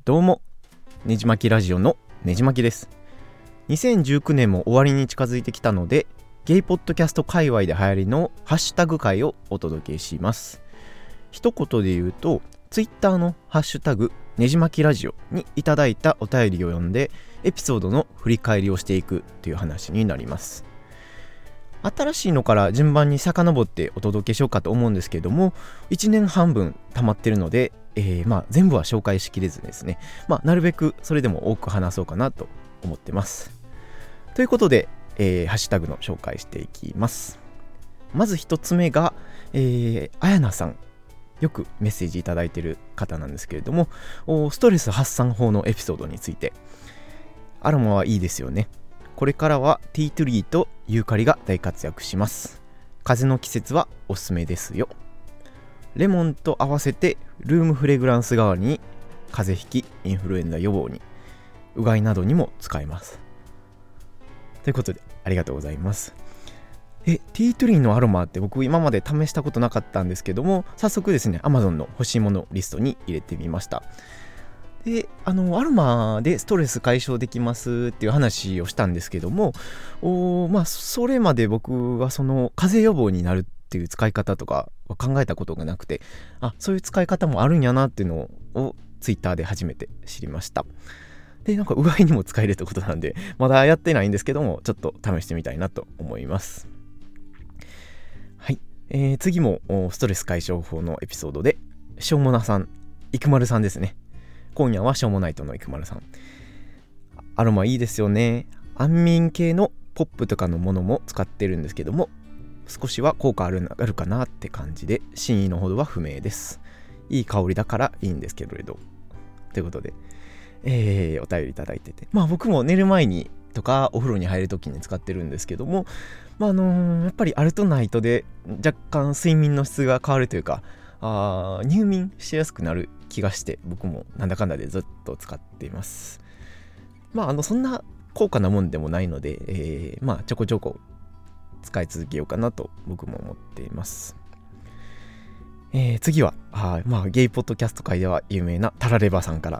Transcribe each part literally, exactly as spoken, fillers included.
どうも、ねじまきラジオのねじまきです。にせんじゅうきゅうねんも終わりに近づいてきたので、ゲイポッドキャスト界隈で流行りのハッシュタグ会をお届けします。一言で言うと、ツイッターのハッシュタグねじまきラジオにいただいたお便りを読んでエピソードの振り返りをしていくという話になります。新しいのから順番に遡ってお届けしようかと思うんですけども、いちねんはんぶん溜まってるので、えー、まあ全部は紹介しきれずですね、まあ、なるべくそれでも多く話そうかなと思ってます。ということで、えー、ハッシュタグの紹介していきます。まず一つ目が、えー、あやなさん、よくメッセージいただいている方なんですけれども、ストレス発散法のエピソードについて、アロマはいいですよね。これからはティートリーとユーカリが大活躍します。風の季節はおすすめですよ。レモンと合わせてルームフレグランス代わりに風邪ひき、インフルエンザ予防に、うがいなどにも使えます。ということでありがとうございます。え、ティートリーのアロマって僕今まで試したことなかったんですけども、早速ですね Amazon の欲しいものリストに入れてみました。で、あのアロマでストレス解消できますっていう話をしたんですけども、おまあそれまで僕はその風邪予防になるっていう使い方とかは考えたことがなくて、あ、そういう使い方もあるんやなっていうのをツイッターで初めて知りました。で、なんかうがいにも使えるってことなんで、まだやってないんですけども、ちょっと試してみたいなと思います。はい、えー、次もストレス解消法のエピソードで、しょうもなさん、いくまるさんですね。今夜はしょうもないとのいくまるさん。アロマいいですよね。安眠系のポップとかのものも使ってるんですけども、少しは効果ある、あるかなって感じで、真意のほどは不明です。いい香りだからいいんですけれど。ということで、えー、お便りいただいてて、まあ僕も寝る前にとかお風呂に入るときに使ってるんですけども、まああのー、やっぱりアルトナイトで若干睡眠の質が変わるというか、あ入眠しやすくなる気がして、僕もなんだかんだでずっと使っています。まああのそんな高価なもんでもないので、えー、まあちょこちょこ使い続けようかなと僕も思っています。えー、次はあ、まあ、ゲイポッドキャスト界では有名なタラレバさんから、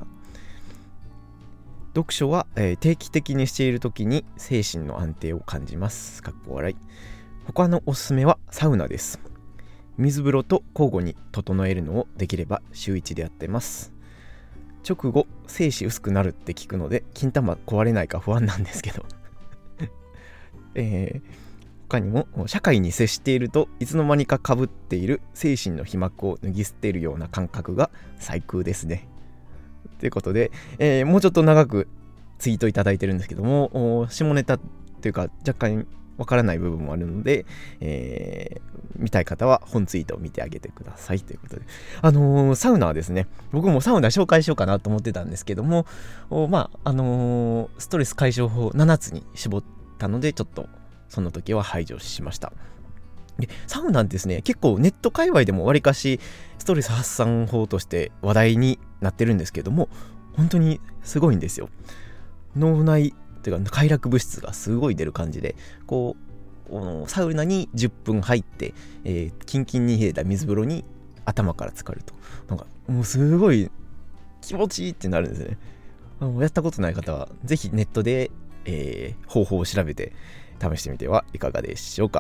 読書は、えー、定期的にしているときに精神の安定を感じます。かっこ笑い。他のおすすめはサウナです。水風呂と交互に整えるのをできれば週いちでやってます。直後精子薄くなるって聞くので金玉壊れないか不安なんですけど、えー、他にも社会に接しているといつの間にか被っている精神の皮膜を脱ぎ捨てるような感覚が最高ですね。ということで、えー、もうちょっと長くツイートいただいてるんですけども、下ネタというか若干わからない部分もあるので、えー、見たい方は本ツイートを見てあげてくださいということで、あのー、サウナはですね、僕もサウナ紹介しようかなと思ってたんですけども、まああのー、ストレス解消法ななつに絞ったので、ちょっとその時は排除しました。で、サウナですね、結構ネット界隈でもわりかしストレス発散法として話題になってるんですけども、本当にすごいんですよ。脳内というか快楽物質がすごい出る感じで、こうサウナにじゅっぷん入って、えー、キンキンに冷えた水風呂に頭から浸かると、なんかもうすごい気持ちいいってなるんですね。やったことない方はぜひネットで、えー、方法を調べて試してみてはいかがでしょうか。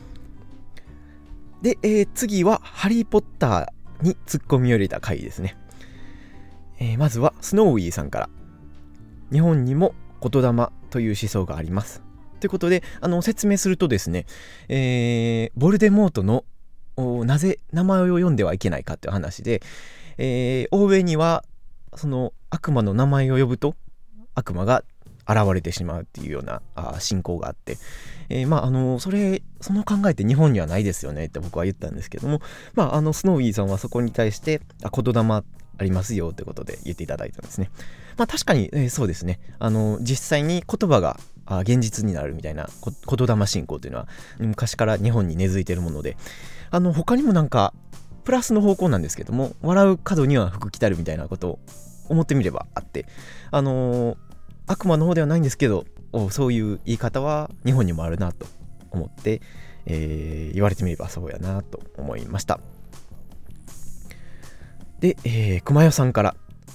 で、えー、次はハリーポッターにツッコミを入れた回ですね。えー、まずはスノーウィーさんから、日本にも言霊という思想があります。ということで、あの説明するとですね、えー、ボルデモートのなぜ名前を読んではいけないかという話で、えー、欧米にはその悪魔の名前を呼ぶと悪魔が現れてしまうっていうようなあ信仰があって、えー、まああのそれその考えって日本にはないですよねって僕は言ったんですけども、まああのスノーウィーさんはそこに対してあ言霊ありますよってことで言っていただいたんですね。まあ確かに、えー、そうですね。あの実際に言葉があ現実になるみたいなこ言霊信仰というのは昔から日本に根付いているもので、あの他にもなんかプラスの方向なんですけども、笑う角には福来たるみたいなことを思ってみればあって、あのー、悪魔の方ではないんですけど、そういう言い方は日本にもあるなと思って、えー、言われてみればそうやなと思いました。で、えー、熊代さんから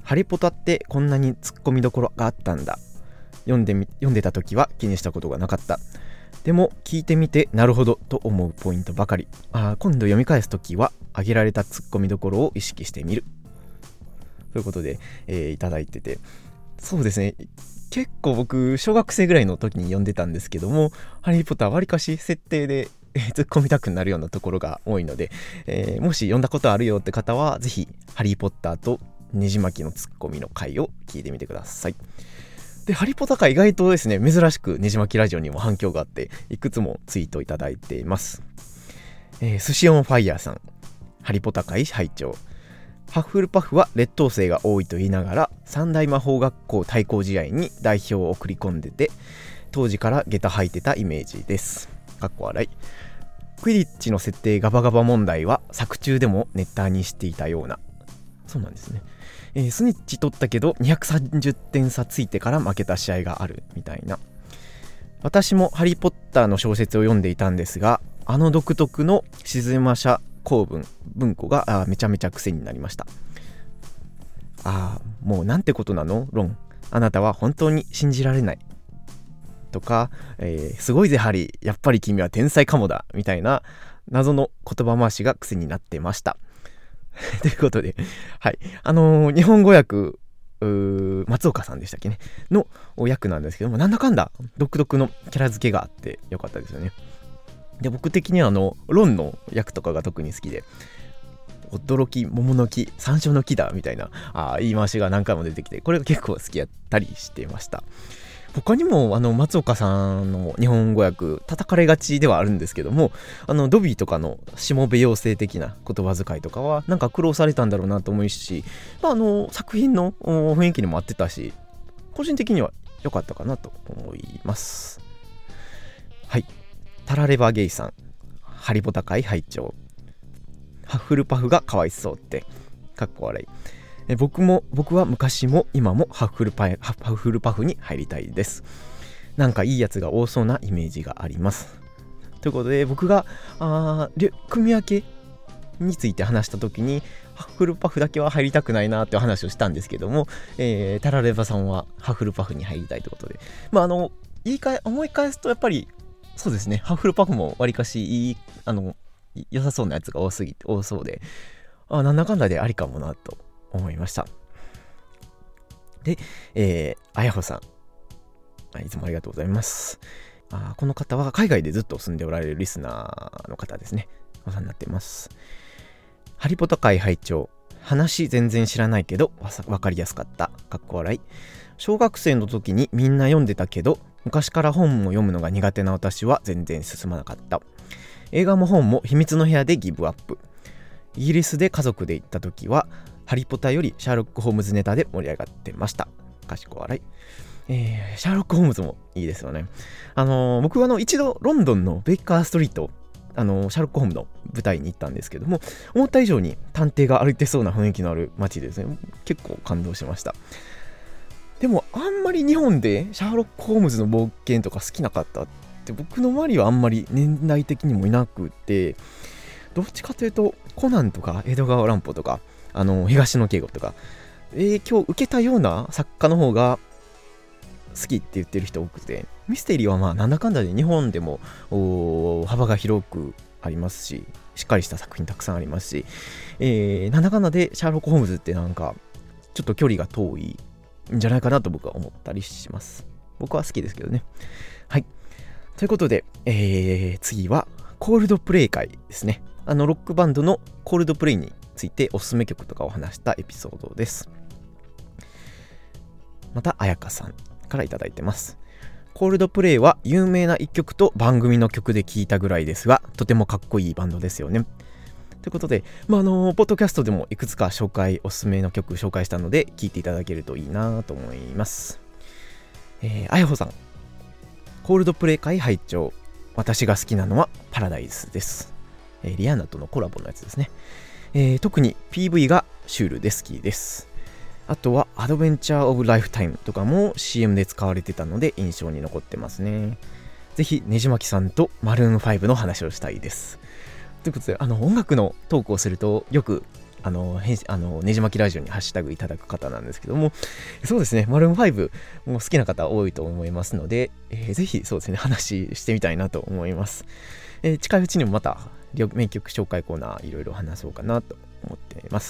ハリポタってこんなにツッコミどころがあったんだ。読んでみ読んでた時は気にしたことがなかった。でも聞いてみてなるほどと思うポイントばかり。あ今度読み返す時は挙げられたツッコミどころを意識してみるということで、えー、いただいてて、そうですね、結構僕小学生ぐらいの時に読んでたんですけども、ハリーポッターわりかし設定で突っ込みたくなるようなところが多いので、えー、もし読んだことあるよって方はぜひハリーポッターとねじ巻きのツッコミの回を聞いてみてください。でハリポタ回意外とですね、珍しくねじ巻きラジオにも反響があって、いくつもツイートいただいています。えー、スシオンファイヤーさん、ハリポタ回拝聴。ハッフルパフは劣等生が多いと言いながら三大魔法学校対抗試合に代表を送り込んでて、当時から下駄履いてたイメージです。かっこ笑い。クイディッチの設定ガバガバ問題は作中でもネタにしていたような。そうなんですね。えー、スニッチ取ったけどにひゃくさんじゅってん差ついてから負けた試合があるみたいな。私もハリーポッターの小説を読んでいたんですが、あの独特の静ま社構文文庫がめちゃめちゃ癖になりました。あーもうなんてことなのロン、あなたは本当に信じられないとか、えー、すごいぜハリー、やっぱり君は天才かもだみたいな謎の言葉回しが癖になってましたということで、はい、あのー、日本語訳松岡さんでしたっけねの訳なんですけども、なんだかんだ独特のキャラ付けがあってよかったですよね。で僕的にはあのロンの役とかが特に好きで、驚き桃の木山椒の木だみたいなあ言い回しが何回も出てきて、これが結構好きやったりしてました。他にもあの松岡さんの日本語訳叩かれがちではあるんですけども、あのドビーとかのしもべ妖精的な言葉遣いとかはなんか苦労されたんだろうなと思うし、まあ、あの作品の雰囲気にも合ってたし、個人的には良かったかなと思います。はい、タラレバゲイさん、ハリポタ会拝聴。ハッフルパフがかわいそうってかっこ笑い。え僕も僕は昔も今もハッフルパイハッフルパフに入りたいです。なんかいいやつが多そうなイメージがあります。ということで僕があ組み分けについて話した時にハッフルパフだけは入りたくないなっていう話をしたんですけども、えー、タラレバさんはハッフルパフに入りたいということで、まああの言い換え思い返すとやっぱりそうですね、ハッフルパフもわりかしいいあの良さそうなやつが多すぎて多そうで、あなんだかんだでありかもなと思いました。で、えー、あやほさん、いつもありがとうございます。あこの方は海外でずっと住んでおられるリスナーの方ですね。お世話になっています。ハリポタ会拝聴。話全然知らないけどわかりやすかった。かっこ笑い。小学生の時にみんな読んでたけど、昔から本も読むのが苦手な私は全然進まなかった。映画も本も秘密の部屋でギブアップ。イギリスで家族で行った時はハリポタよりシャーロック・ホームズネタで盛り上がってました。かしこ笑い。えー、シャーロック・ホームズもいいですよね。あのー、僕はあの一度ロンドンのベイカーストリート、あのー、シャーロック・ホームズの舞台に行ったんですけども、思った以上に探偵が歩いてそうな雰囲気のある街でですね、結構感動しました。でもあんまり日本でシャーロック・ホームズの冒険とか好きなかったって僕の周りはあんまり年代的にもいなくて、どっちかというとコナンとか江戸川乱歩とかあの東野圭吾とか影響を受けたような作家の方が好きって言ってる人多くて、ミステリーはまあなんだかんだで日本でも幅が広くありますし、しっかりした作品たくさんありますし、えー、なんだかんだでシャーロック・ホームズってなんかちょっと距離が遠いんじゃないかなと僕は思ったりします。僕は好きですけどね。はい、ということで、えー、次はコールドプレイ会ですね。あのロックバンドのコールドプレイについておすすめ曲とかを話したエピソードです。またあやかさんからいただいてます。コールドプレイは有名ないっきょくと番組の曲で聴いたぐらいですが、とてもかっこいいバンドですよね。ということで、まあ、あのポッドキャストでもいくつか紹介おすすめの曲紹介したので聴いていただけるといいなと思います。えー、あやほさん、コールドプレイ会拝聴。私が好きなのはパラダイスです。えー、リアーナとのコラボのやつですね。えー、特に ピーブイ がシュールで好きです。あとはアドベンチャーオブライフタイムとかも シーエム で使われてたので印象に残ってますね。ぜひねじまきさんとマルーンファイブの話をしたいです。ということで、あの音楽のトークをするとよくあの、返あのねじまきラジオにハッシュタグいただく方なんですけども、そうですね、マルーンファイブも好きな方多いと思いますので、えー、ぜひそうですね、話してみたいなと思います。えー、近いうちにもまた名曲紹介コーナーいろいろ話そうかなと思っています。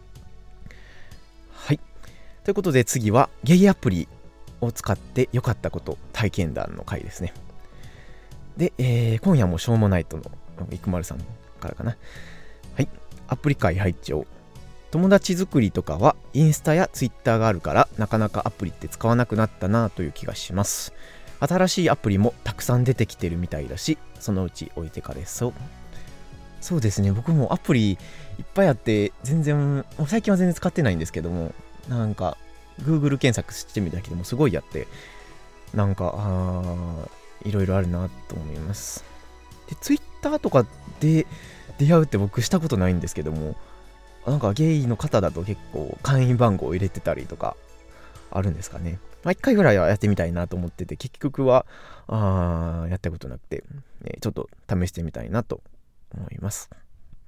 はい。ということで次はゲイアプリを使って良かったこと体験談の回ですね。で、えー、今夜もしょうもないとの生丸さんからかな。はい。アプリ界配置を。友達作りとかはインスタやツイッターがあるからなかなかアプリって使わなくなったなという気がします。新しいアプリもたくさん出てきてるみたいだし、そのうち置いてかれそう。そうですね、僕もアプリいっぱいあって全然最近は全然使ってないんですけども、なんか Google 検索してみただけでもすごいやって、なんかあいろいろあるなと思います。で Twitter とかで出会うって僕したことないんですけども、なんかゲイの方だと結構会員番号を入れてたりとかあるんですかね。まあ、いっかいぐらいはやってみたいなと思ってて、結局はあやったことなくて、えー、ちょっと試してみたいなと思います。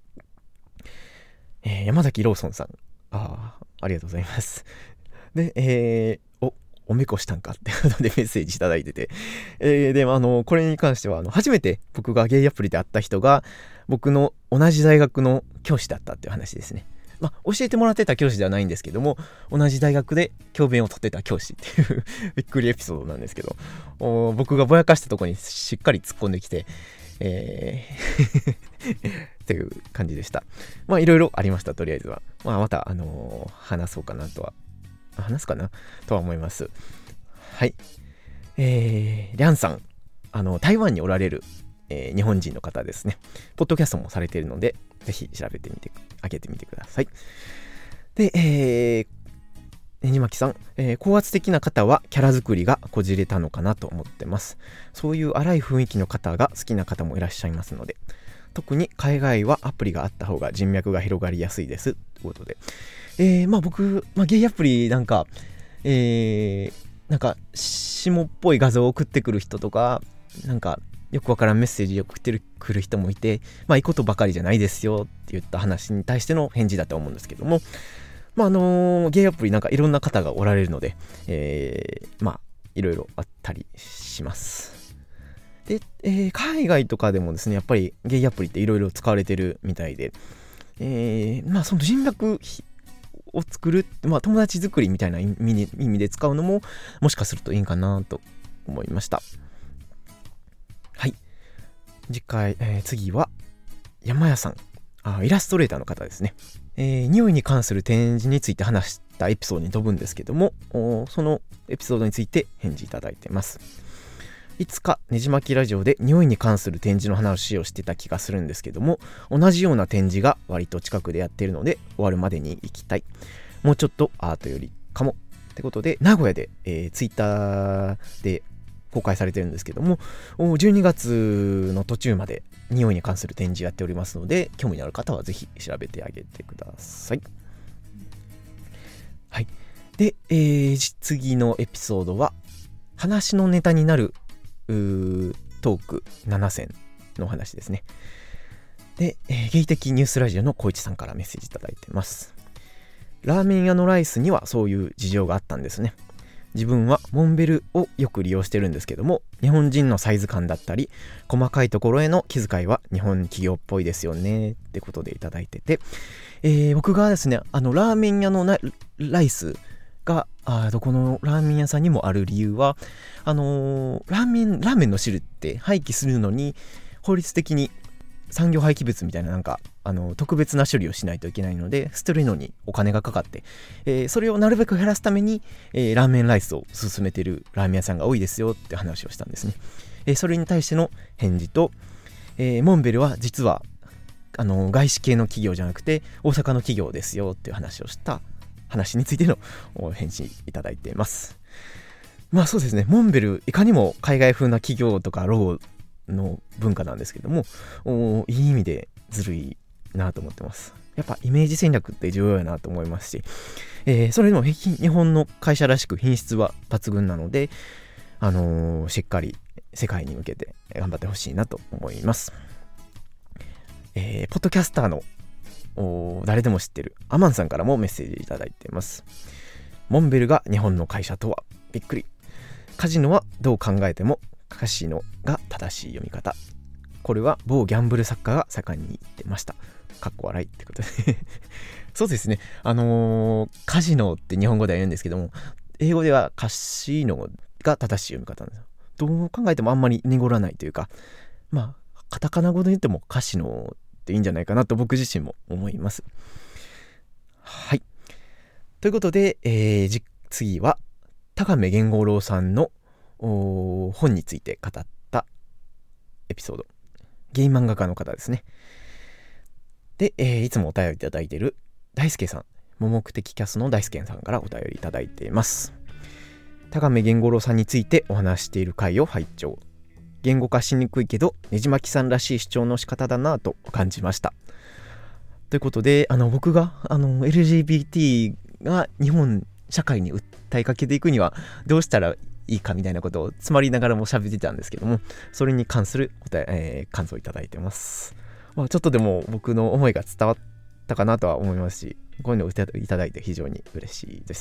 えー、山崎ローソンさん、あありがとうございます。で、えー、おおめこしたんかってことでメッセージいただいてて、えー、でもあのこれに関してはあの初めて僕がゲイアプリで会った人が僕の同じ大学の教師だったっていう話ですね。まあ、教えてもらってた教師ではないんですけども、同じ大学で教鞭をとってた教師っていうびっくりエピソードなんですけど、僕がぼやかしたところにしっかり突っ込んできて、えーっていう感じでした。まあいろいろありました。とりあえずは、まあ、また、あのー、話そうかなとは話すかなとは思います。はい。えー、リャンさん、あの台湾におられる、えー、日本人の方ですね。ポッドキャストもされているので、ぜひ調べてみてあげてみてください。で、えー、ねじまきさん、えー、高圧的な方はキャラ作りがこじれたのかなと思ってます。そういう荒い雰囲気の方が好きな方もいらっしゃいますので、特に海外はアプリがあった方が人脈が広がりやすいですということで、えー、まあ僕、まあ、ゲイアプリなんか、えー、なんか下っぽい画像を送ってくる人とか、なんかよくわからんメッセージを送ってくる人もいて、まあいいことばかりじゃないですよって言った話に対しての返事だと思うんですけども、まああのー、ゲイアプリなんかいろんな方がおられるので、えー、まあいろいろあったりします。で、えー、海外とかでもですね、やっぱりゲイアプリっていろいろ使われてるみたいで、えー、まあその人脈を作る、まあ友達作りみたいな意味で、意味で使うのももしかするといいかなと思いました。はい。次回、えー、次は山屋さん、あ、イラストレーターの方ですね。えー、匂いに関する展示について話したエピソードに飛ぶんですけども、そのエピソードについて返事いただいてます。いつかねじまきラジオで匂いに関する展示の話をしてた気がするんですけども、同じような展示が割と近くでやっているので終わるまでに行きたい。もうちょっとアートよりかもってことで、名古屋で、えー、ツイッターで公開されてるんですけども、じゅうにがつの途中まで匂いに関する展示やっておりますので、興味のある方はぜひ調べてあげてください。はい。で、えー、次のエピソードは話のネタになるトークななせんの話ですね。で、えー、ゲイ的ニュースラジオの小市さんからメッセージいただいてます。ラーメン屋のライスにはそういう事情があったんですね。自分はモンベルをよく利用してるんですけども、日本人のサイズ感だったり細かいところへの気遣いは日本企業っぽいですよねってことでいただいてて、えー、僕がですね、あのラーメン屋のなライスがあどこのラーメン屋さんにもある理由は、あのー、ラーメンラーメンの汁って廃棄するのに法律的に産業廃棄物みたいななんかあの特別な処理をしないといけないので、捨てるのにお金がかかって、えー、それをなるべく減らすために、えー、ラーメンライスを勧めてるラーメン屋さんが多いですよって話をしたんですね。えー、それに対しての返事と、えー、モンベルは実はあの外資系の企業じゃなくて大阪の企業ですよっていう話をした話についての返信いただいています。まあそうですね、モンベルいかにも海外風な企業とかロゴの文化なんですけども、いい意味でずるいなと思ってます。やっぱイメージ戦略って重要やなと思いますし、えー、それでも日本の会社らしく品質は抜群なので、あのー、しっかり世界に向けて頑張ってほしいなと思います。えー、ポッドキャスターの誰でも知ってるアマンさんからもメッセージいただいています。モンベルが日本の会社とはびっくり。カジノはどう考えてもカシノが正しい読み方。これは某ギャンブル作家が盛んに言ってました。かっこ笑いってことでそうですね、あのー、カジノって日本語では言うんですけども、英語ではカシノが正しい読み方なんですよ。どう考えてもあんまり濁らないというか、まあカタカナ語で言ってもカシノっていいんじゃないかなと僕自身も思います。はい、ということで、えー、次は高目源五郎さんの本について語ったエピソード。ゲイ漫画家の方ですね。で、えー、いつもお便りいただいている大輔さん、無目的キャスの大輔さんからお便りいただいています。高目源五郎さんについてお話している回を拝聴。言語化しにくいけどねじまきさんらしい主張の仕方だなと感じました。ということで、あの僕があの エルジービーティー が日本社会に訴えかけていくにはどうしたらいいかみたいなことを詰まりながらも喋ってたんですけども、それに関するおた、えー、感想をいただいてます。まあ、ちょっとでも僕の思いが伝わったかなとは思いますし、こういうのをいただいて非常に嬉しいです。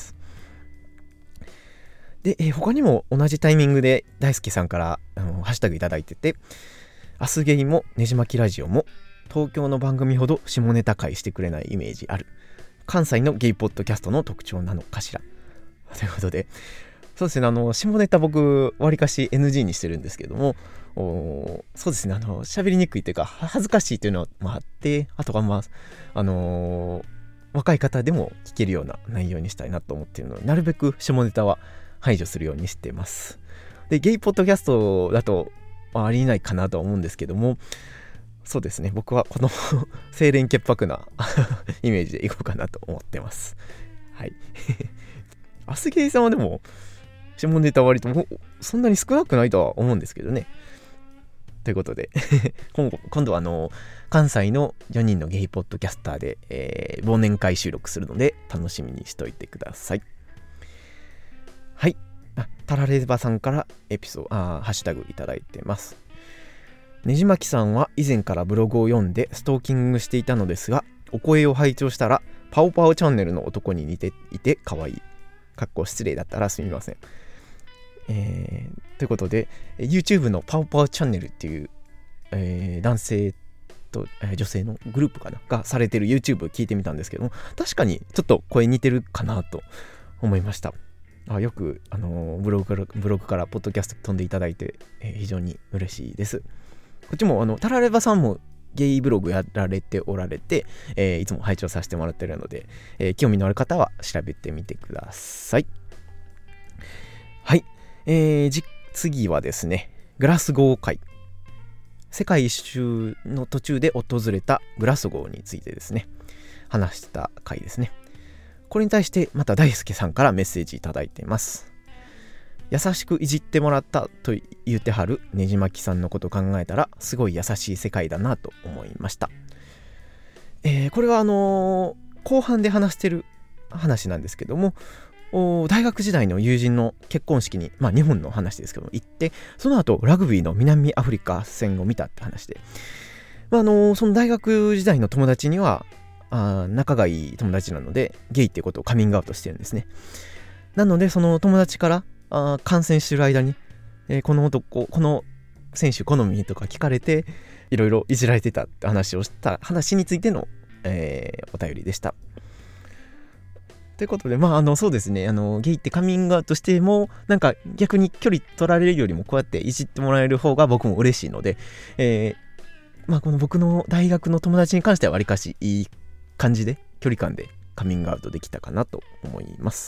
で、えー、他にも同じタイミングで大輔さんからあのハッシュタグいただいてて、アスゲイもねじまきラジオも東京の番組ほど下ネタ会してくれないイメージある。関西のゲイポッドキャストの特徴なのかしら。ということで、そうですね、あの下ネタ僕わりかし エヌジー にしてるんですけども、おそうですね、あの喋りにくいというか恥ずかしいというのもあって、あとはまああのー、若い方でも聞けるような内容にしたいなと思っているので、なるべく下ネタは排除するようにしています。で、ゲイポッドキャストだと、まあ、ありえないかなとは思うんですけども、そうですね、僕はこの清廉潔白なイメージでいこうかなと思ってます。はいアスゲイさんはでも下ネタ割ともそんなに少なくないとは思うんですけどね。ということで今, 今度はあの関西のよにんのゲイポッドキャスターで、えー、忘年会収録するので楽しみにしといてください。はい、あタラレバさんからエピソードあハッシュタグいただいてます。ねじまきさんは以前からブログを読んでストーキングしていたのですが、お声を拝聴したらパオパオチャンネルの男に似ていて可愛い。かっこ失礼だったらすみません。えー、ということで YouTube のパオパオチャンネルっていう、えー、男性と、えー、女性のグループかながされてる YouTube を聞いてみたんですけども、確かにちょっと声似てるかなと思いました。あよく、あのー、ブログから、ブログからポッドキャスト飛んでいただいて、えー、非常に嬉しいです。こっちもあのタラレバさんもゲイブログやられておられて、えー、いつも拝聴させてもらっているので、えー、興味のある方は調べてみてください。はい、えー、次はですね、グラスゴー会、世界一周の途中で訪れたグラスゴーについてですね、話した回ですね。これに対してまた大輔さんからメッセージいただいています。優しくいじってもらったと言ってはるねじまきさんのこと考えたらすごい優しい世界だなと思いました。えー、これはあのー、後半で話してる話なんですけども、大学時代の友人の結婚式に、まあ日本の話ですけども行って、その後ラグビーの南アフリカ戦を見たって話で、まあ、あのー、その大学時代の友達にはあ仲がいい友達なのでゲイってことをカミングアウトしてるんですね。なのでその友達からあ観戦してる間に、えー、この男この選手好みとか聞かれていろいろいじられてたって話をした話についての、えー、お便りでした。ということで、まああのそうですね、あのゲイってカミングアウトしてもなんか逆に距離取られるよりもこうやっていじってもらえる方が僕も嬉しいので、えー、まあこの僕の大学の友達に関してはわりかしいい感じで距離感でカミングアウトできたかなと思います。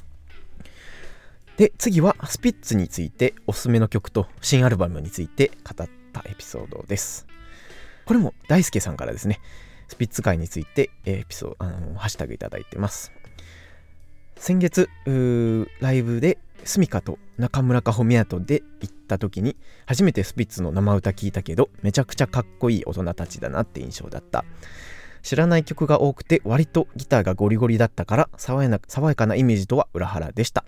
で、次はスピッツについておすすめの曲と新アルバムについて語ったエピソードです。これも大輔さんからですね、スピッツ会についてエピソード、あのハッシュタグいただいてます。先月ライブでスミカと中村佳穂宮とで行った時に初めてスピッツの生歌聞いたけど、めちゃくちゃかっこいい大人たちだなって印象だった。知らない曲が多くて割とギターがゴリゴリだったから爽やな、爽やかなイメージとは裏腹でした。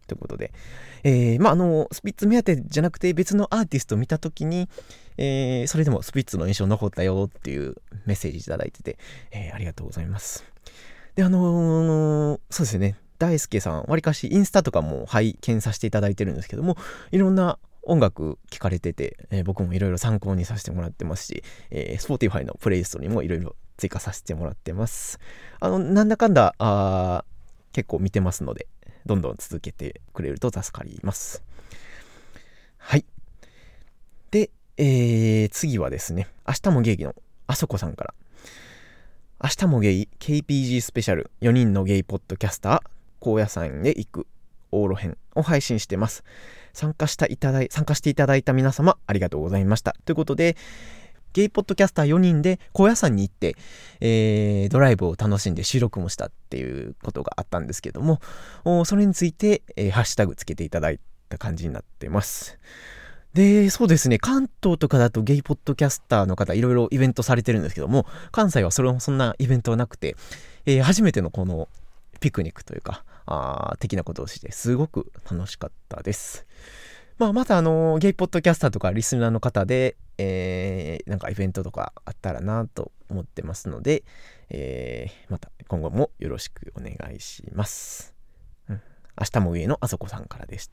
ということで、えー、まああのスピッツ目当てじゃなくて別のアーティストを見たときに、えー、それでもスピッツの印象残ったよっていうメッセージいただいてて、えー、ありがとうございます。であのー、そうですね、大輔さんわりかしインスタとかも拝見させていただいてるんですけども、いろんな音楽聴かれてて、えー、僕もいろいろ参考にさせてもらってますし、えー、Spotify のプレイリストにもいろいろ追加させてもらってます。あのなんだかんだあ結構見てますので、どんどん続けてくれると助かります。はい。で、えー、次はですね、明日もゲイのあそこさんから、明日もゲイ ケーピージー スペシャルよにんのゲイポッドキャスター高野山へ行く往路編を配信してます。参加したいただい参加していただいた皆様ありがとうございました。ということで、ゲイポッドキャスターよにんで高野山に行って、えー、ドライブを楽しんで収録もしたっていうことがあったんですけども、それについて、えー、ハッシュタグつけていただいた感じになってます。で、そうですね、関東とかだとゲイポッドキャスターの方いろいろイベントされてるんですけども、関西はそれもそんなイベントはなくて、えー、初めてのこのピクニックというかあ的なことをしてすごく楽しかったです。まあ、またあのゲイポッドキャスターとかリスナーの方で、えー、なんかイベントとかあったらなと思ってますので、えー、また今後もよろしくお願いします。うん、明日も上のあそこさんからでした。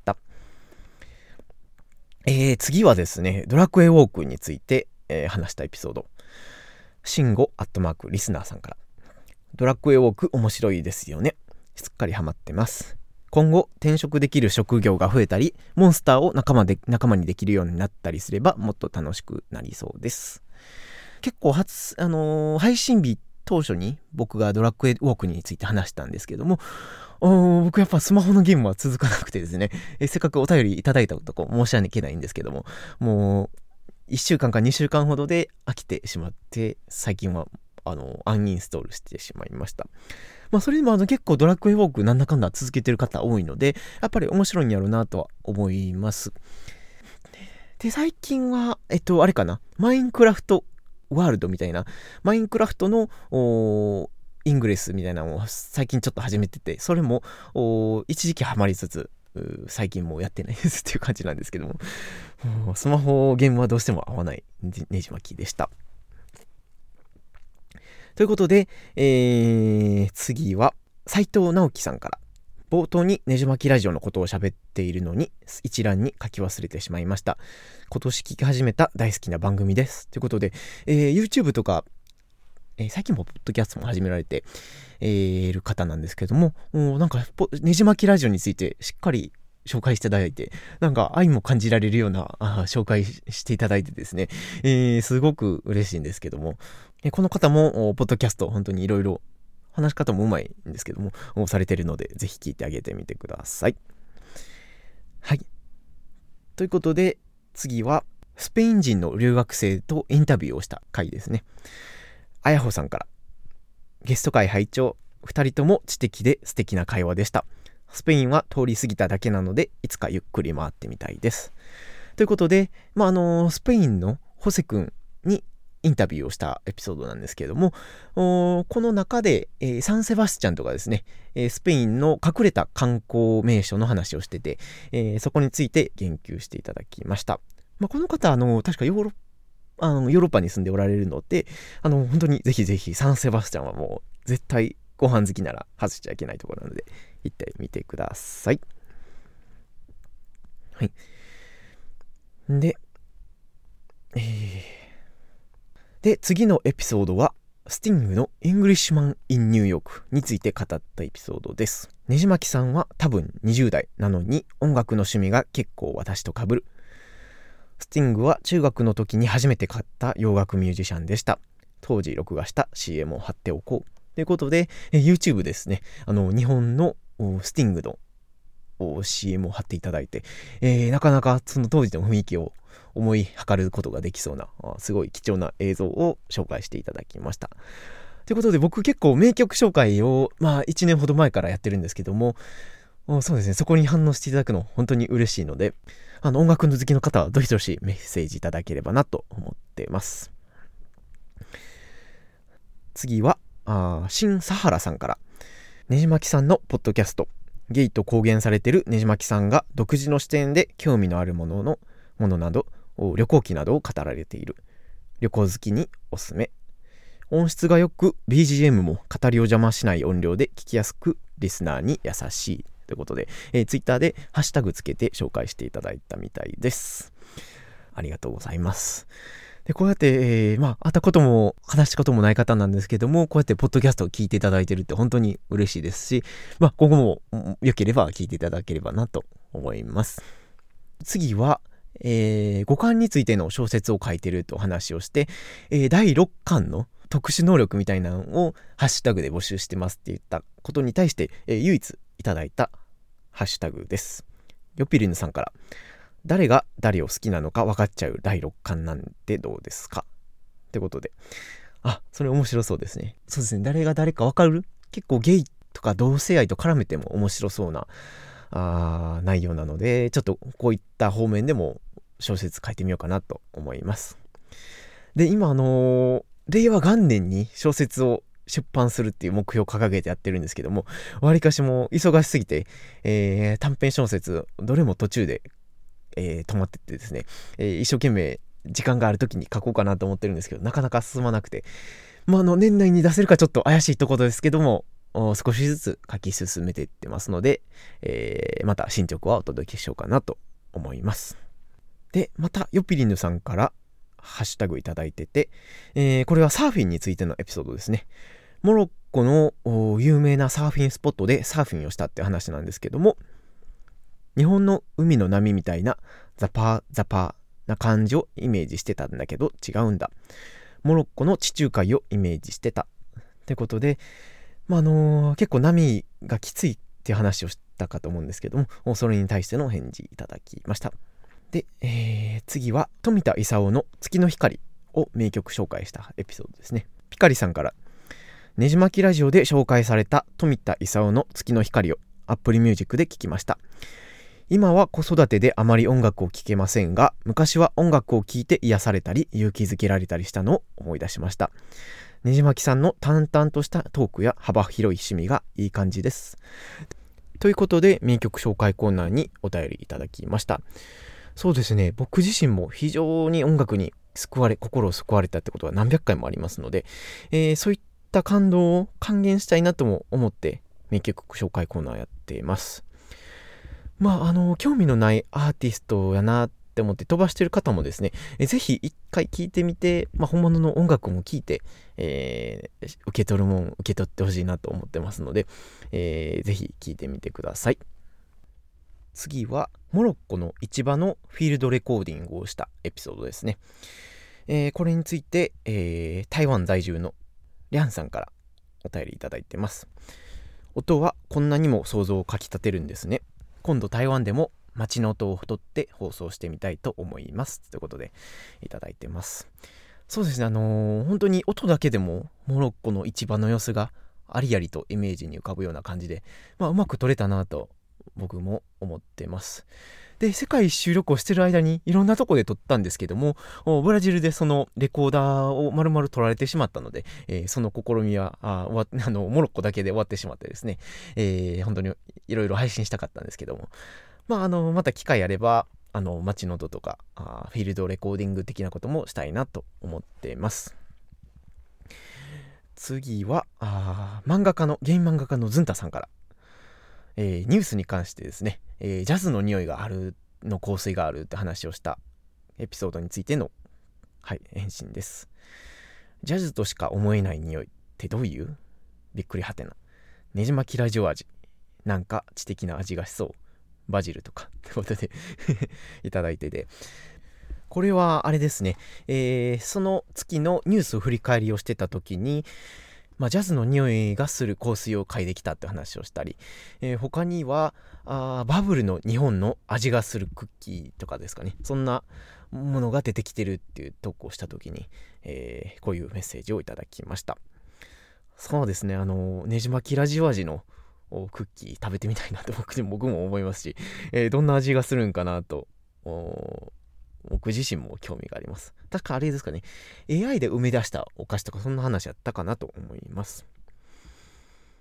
えー、次はですね、ドラクエウォークについて、えー、話したエピソード。シンゴアットマークリスナーさんから。ドラクエウォーク面白いですよね。すっかりハマってます。今後転職できる職業が増えたり、モンスターを仲間で仲間にできるようになったりすればもっと楽しくなりそうです。結構初、あのー、配信日当初に僕がドラクエウォークについて話したんですけども、僕やっぱスマホのゲームは続かなくてですね、えせっかくお便りいただいたこと申し訳ないんですけども、もういっしゅうかんかにしゅうかんほどで飽きてしまって、最近はあのアンインストールしてしまいました。まあそれでもあの結構ドラクエウォークなんだかんだ続けてる方多いので、やっぱり面白いんやろうなとは思います。で、最近はえっとあれかな、マインクラフトワールドみたいな、マインクラフトのイングレスみたいなのを最近ちょっと始めてて、それも一時期ハマりつつ、最近もうやってないですっていう感じなんですけども、スマホゲームはどうしても合わないねじ巻きでした。ということで、えー、次は斉藤直樹さんから、冒頭にねじ巻きラジオのことを喋っているのに一覧に書き忘れてしまいました。今年聞き始めた大好きな番組ですということで、えー、YouTube とか、えー、最近もポッドキャストも始められて、えー、いる方なんですけども、なんかねじ巻きラジオについてしっかり紹介していただいて、なんか愛も感じられるようなあ紹介していただいてですね、えー、すごく嬉しいんですけども、えー、この方もポッドキャスト本当にいろいろ話し方もうまいんですけどもされてるので、ぜひ聞いてあげてみてください。はい、ということで次はスペイン人の留学生とインタビューをした回ですね。あやほさんから、ゲスト会拝聴、ふたりとも知的で素敵な会話でした。スペインは通り過ぎただけなので、いつかゆっくり回ってみたいです。ということで、まあ、あのスペインのホセ君にインタビューをしたエピソードなんですけれども、この中で、えー、サンセバスチャンとかですね、えー、スペインの隠れた観光名所の話をしてて、えー、そこについて言及していただきました。まあ、この方あの確かヨーロッパあのヨーロッパに住んでおられるので、あの本当にぜひぜひサンセバスチャンはもう絶対ご飯好きなら外しちゃいけないところなので行ってみてください。はい。で、えー、で次のエピソードはスティングのイングリッシュマン・イン・ニューヨークについて語ったエピソードです。ねじまきさんは多分にじゅう代なのに音楽の趣味が結構私と被る。スティングは中学の時に初めて買った洋楽ミュージシャンでした。当時録画した シーエム を貼っておこうということで、え YouTube ですね、あの日本のスティングの シーエム を貼っていただいて、えー、なかなかその当時の雰囲気を思いはかることができそうな、すごい貴重な映像を紹介していただきました。ということで、僕結構名曲紹介を、まあ、いちねんほど前からやってるんですけども、そうですね、そこに反応していただくの本当に嬉しいので、あの音楽の好きの方はどしどしメッセージいただければなと思っています。次はあ新サハラさんから、ねじまきさんのポッドキャストゲイと公言されているねじまきさんが独自の視点で興味のあるもののものなど旅行記などを語られている。旅行好きにおすすめ。音質が良く ビージーエム も語りを邪魔しない音量で聞きやすくリスナーに優しいということで、えー、ツイッターでハッシュタグつけて紹介していただいたみたいです。ありがとうございます。でこうやって、えー、まあ会ったことも話したこともない方なんですけども、こうやってポッドキャストを聞いていただいてるって本当に嬉しいですし、まあ今後も良ければ聞いていただければなと思います。次はえー、五感についての小説を書いてると話をして、えー、だいろっかんの特殊能力みたいなのをハッシュタグで募集してますって言ったことに対して、えー、唯一いただいたハッシュタグです。よぴりぬさんから、誰が誰を好きなのか分かっちゃうだいろっかんなんてどうですかってことで、あ、それ面白そうですね。そうですね、誰が誰か分かる、結構ゲイとか同性愛と絡めても面白そうなあ内容なので、ちょっとこういった方面でも小説書いてみようかなと思います。で今あのー、令和元年に小説を出版するっていう目標を掲げてやってるんですけども、わりかしも忙しすぎて、えー、短編小説どれも途中で、えー、止まってってですね、えー、一生懸命時間がある時に書こうかなと思ってるんですけど、なかなか進まなくて、まあ、あの年内に出せるかちょっと怪しいところですけども、少しずつ書き進めていってますので、えー、また進捗はお届けしようかなと思います。でまたよぴりぬさんからハッシュタグいただいてて、えー、これはサーフィンについてのエピソードですね。モロッコの有名なサーフィンスポットでサーフィンをしたって話なんですけども、日本の海の波みたいなザパーザパーな感じをイメージしてたんだけど違うんだ。モロッコの地中海をイメージしてたってことで、まああのー、結構波がきついっていう話をしたかと思うんですけども、それに対しての返事いただきました。で、えー、次は富田勲の月の光を名曲紹介したエピソードですね。ピカリさんから、ねじまきラジオで紹介された富田勲の月の光を Apple Music で聴きました。今は子育てであまり音楽を聴けませんが、昔は音楽を聴いて癒されたり勇気づけられたりしたのを思い出しました。ねじまきさんの淡々としたトークや幅広い趣味がいい感じです。ということで名曲紹介コーナーにお便りいただきました。そうですね、僕自身も非常に音楽に救われ心を救われたってことが何百回もありますので、えー、そういった感動を還元したいなとも思って名曲紹介コーナーやっています。まああの興味のないアーティストやなって思って飛ばしてる方もですね、えぜひ一回聴いてみて、まあ、本物の音楽も聴いて、えー、受け取るもん受け取ってほしいなと思ってますので、えー、ぜひ聴いてみてください。次はモロッコの市場のフィールドレコーディングをしたエピソードですね。えー、これについて、えー、台湾在住のリャンさんからお便りいただいてます。音はこんなにも想像をかきたてるんですね。今度台湾でも街の音を取って放送してみたいと思いますということでいただいてます。そうですね、あのー、本当に音だけでもモロッコの市場の様子がありありとイメージに浮かぶような感じで、まあ、うまく撮れたなと僕も思ってます。で世界一周旅行してる間にいろんなとこで撮ったんですけども、ブラジルでそのレコーダーを丸々撮られてしまったので、えー、その試みはあわあのモロッコだけで終わってしまってですね、えー、本当にいろいろ配信したかったんですけども、まあ、あのまた機会あればあの街の音とかあフィールドレコーディング的なこともしたいなと思ってます。次はあ漫画家のゲーム漫画家のズンタさんから、えー、ニュースに関してですね、えー、ジャズの匂いがあるの香水があるって話をしたエピソードについての、はい、返信です。ジャズとしか思えない匂いってどういう？びっくりはてな。ねじまきラジオ味。なんか知的な味がしそう。バジルとかってことでいただいてて、これはあれですね、えー、その月のニュース振り返りをしてた時に、まあ、ジャズの匂いがする香水を嗅いできたって話をしたり、えー、他にはあバブルの日本の味がするクッキーとかですかね、そんなものが出てきてるっていう投稿をした時に、えー、こういうメッセージをいただきました。そうですね、あのねじまきラジオ味のクッキー食べてみたいなと僕僕も思いますし、えー、どんな味がするんかなと僕自身も興味があります。確かあれですかね、 エーアイ で生み出したお菓子とかそんな話やったかなと思います。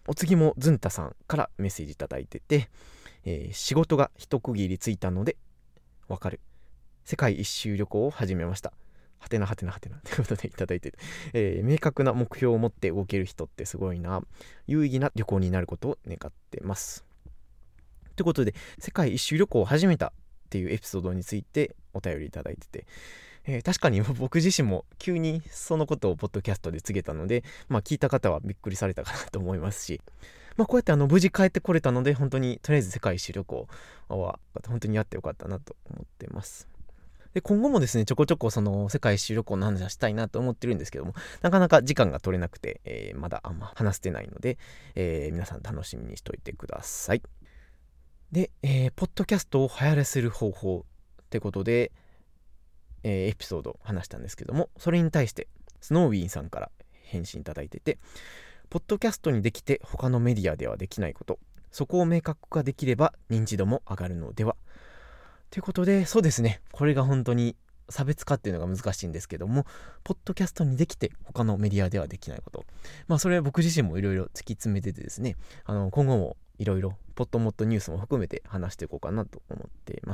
お次もずんたさんからメッセージいただいてて、えー仕事が一区切りついたのでわかる、世界一周旅行を始めました、はてなはてなはてなということでいただいて、えー明確な目標を持って動ける人ってすごいな、有意義な旅行になることを願ってます。ということで、世界一周旅行を始めたっていうエピソードについてお便りいただいてて、えー確かに僕自身も急にそのことをポッドキャストで告げたので、まあ聞いた方はびっくりされたかなと思いますし、まあこうやってあの無事帰ってこれたので、本当にとりあえず世界一周旅行は本当にやってよかったなと思ってます。で、今後もですね、ちょこちょこその世界一周旅行の話はしたいなと思ってるんですけども、なかなか時間が取れなくて、えーまだあんま話してないので、えー皆さん楽しみにしといてください。で、えーポッドキャストを流行らせる方法ってことで、えーエピソードを話したんですけども、それに対してスノーウィーンさんから返信いただいてて、ポッドキャストにできて他のメディアではできないこと、そこを明確化できれば認知度も上がるのではということで、そうですね、これが本当に差別化っていうのが難しいんですけども、ポッドキャストにできて他のメディアではできないこと、まあそれは僕自身もいろいろ突き詰めててですね、あの今後もいろいろポッドモッドニュースも含めて話していこうかなと思っています。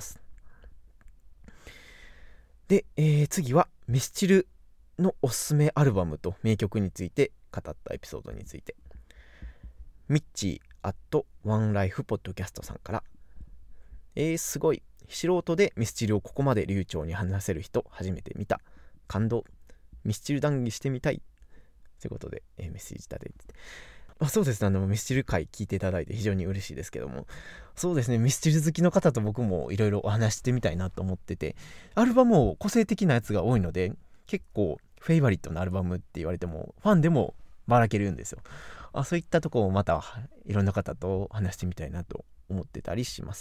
で、えー次はミスチルのおすすめアルバムと名曲について語ったエピソードについて、ミッチーアットワンライフポッドキャストさんから、えー、すごい素人でミスチルをここまで流暢に話せる人初めて見た、感動、ミスチル談義してみたいということで、えーメッセージいただいてて、あ、そうですね、あのミスチル回聞いていただいて非常に嬉しいですけども、そうですね、ミスチル好きの方と僕もいろいろお話してみたいなと思ってて、アルバムも個性的なやつが多いので、結構フェイバリットのアルバムって言われてもファンでもばらけるんですよ。あ、そういったところをまたいろんな方と話してみたいなと思ってたりします。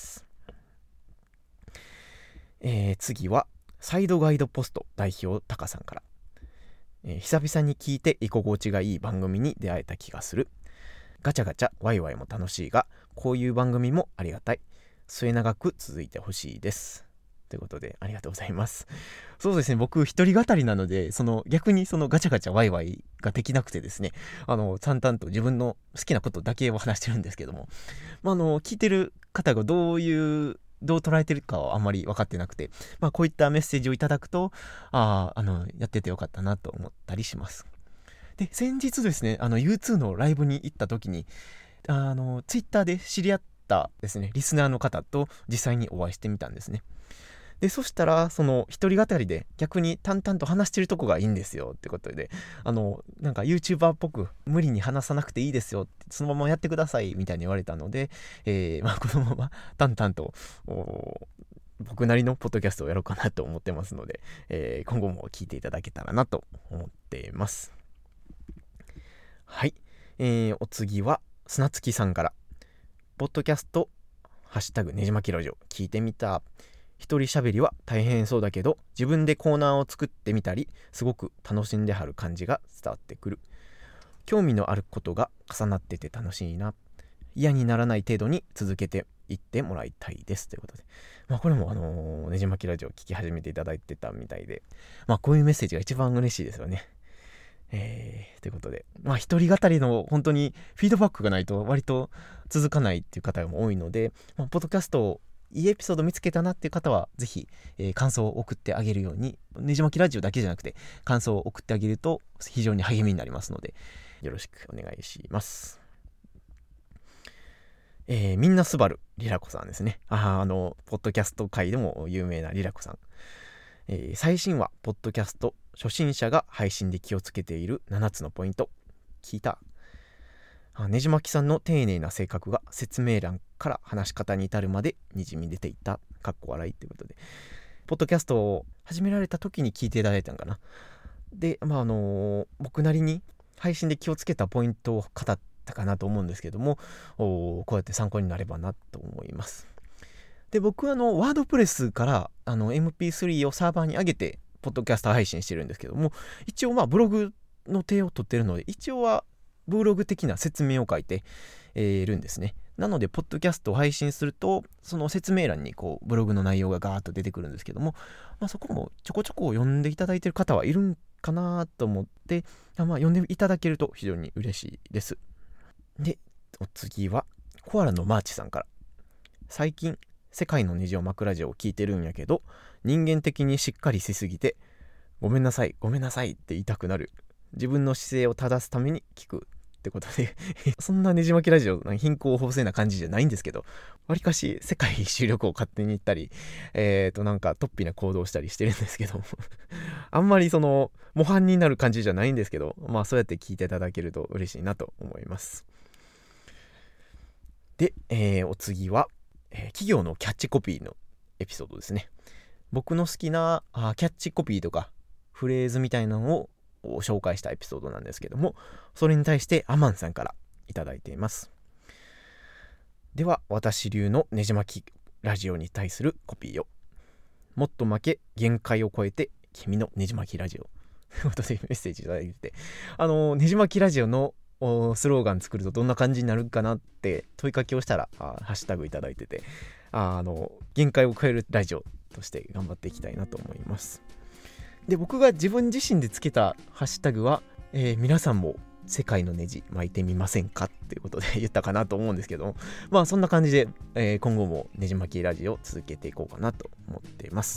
えー次はサイドガイドポスト代表タカさんから、えー久々に聞いて居心地がいい番組に出会えた気がする、ガチャガチャワイワイも楽しいが、こういう番組もありがたい、末永く続いてほしいですということで、ありがとうございます。そうですね、僕一人語りなので、その逆にそのガチャガチャワイワイができなくてですね、あの淡々と自分の好きなことだけを話してるんですけども、まあ、あの聞いてる方がどういうどう捉えてるかはあんまり分かってなくて、まあ、こういったメッセージをいただくと、ああ、あのやっててよかったなと思ったりします。で、先日ですね、あの ユーツー のライブに行った時に、あのツイッターで知り合ったですねリスナーの方と実際にお会いしてみたんですね。で、そしたらその一人語りで逆に淡々と話してるとこがいいんですよってことで、あのなんか YouTuber っぽく無理に話さなくていいですよって、そのままやってくださいみたいに言われたので、えーまあ、このまま淡々と僕なりのポッドキャストをやろうかなと思ってますので、えー今後も聞いていただけたらなと思っています。はい、えーお次は砂月さんから、ポッドキャストハッシュタグねじまきラジオ聞いてみた、一人喋りは大変そうだけど自分でコーナーを作ってみたりすごく楽しんではる感じが伝わってくる、興味のあることが重なってて楽しいな、嫌にならない程度に続けていってもらいたいですということで、まあ、これもあのー、ねじまきラジオ聞き始めていただいてたみたいで、まあ、こういうメッセージが一番嬉しいですよね。えー、ということで、まあ一人語りの本当にフィードバックがないと割と続かないっていう方も多いので、まあ、ポッドキャストをいいエピソード見つけたなっていう方はぜひ、えー感想を送ってあげるように、ねじまきラジオだけじゃなくて感想を送ってあげると非常に励みになりますので、よろしくお願いします。えーみんなすばるリラコさんですね。あーあのポッドキャスト界でも有名なリラコさん、えー最新話ポッドキャスト初心者が配信で気をつけているななつのポイント聞いた。あねじまきさんの丁寧な性格が説明欄から話し方に至るまでにじみ出ていた、かっこ笑いということで、ポッドキャストを始められた時に聞いていただいたんかな。で、まああのー僕なりに配信で気をつけたポイントを語ったかなと思うんですけども、おこうやって参考になればなと思います。で、僕はあのワードプレスからあの エムピースリー をサーバーに上げてポッドキャスト配信してるんですけども、一応まあブログの手を取ってるので、一応はブログ的な説明を書いて、えーいるんですね。なのでポッドキャストを配信するとその説明欄にこうブログの内容がガーッと出てくるんですけども、まあ、そこもちょこちょこ読んでいただいている方はいるんかなと思って、まあ、読んでいただけると非常に嬉しいです。で、 お次はコアラのマーチさんから。最近世界のネジを巻くラジオを聞いてるんやけど、人間的にしっかりしすぎてごめんなさいごめんなさいって言いたくなる。自分の姿勢を正すために聞くってことでそんなねじ巻きラジオ貧困法制な感じじゃないんですけど、わりかし世界一周旅行を勝手に行ったり、えーとなんか突飛な行動をしたりしてるんですけどあんまりその模範になる感じじゃないんですけど、まあそうやって聞いていただけると嬉しいなと思います。で、えー、お次は、えー、企業のキャッチコピーのエピソードですね。僕の好きなあキャッチコピーとかフレーズみたいなのを紹介したエピソードなんですけども、それに対してアマンさんからいただいています。では私流のねじ巻きラジオに対するコピーを。もっと負け限界を超えて君のねじ巻きラジオということでメッセージいただいてて、あのねじ巻きラジオのスローガン作るとどんな感じになるかなって問いかけをしたらハッシュタグいただいてて、ああの限界を超えるラジオとして頑張っていきたいなと思います。で、僕が自分自身でつけたハッシュタグは、えー、皆さんも世界のネジ巻いてみませんかっていうことで言ったかなと思うんですけども、まあそんな感じで、えー、今後もネジ巻きラジオを続けていこうかなと思っています。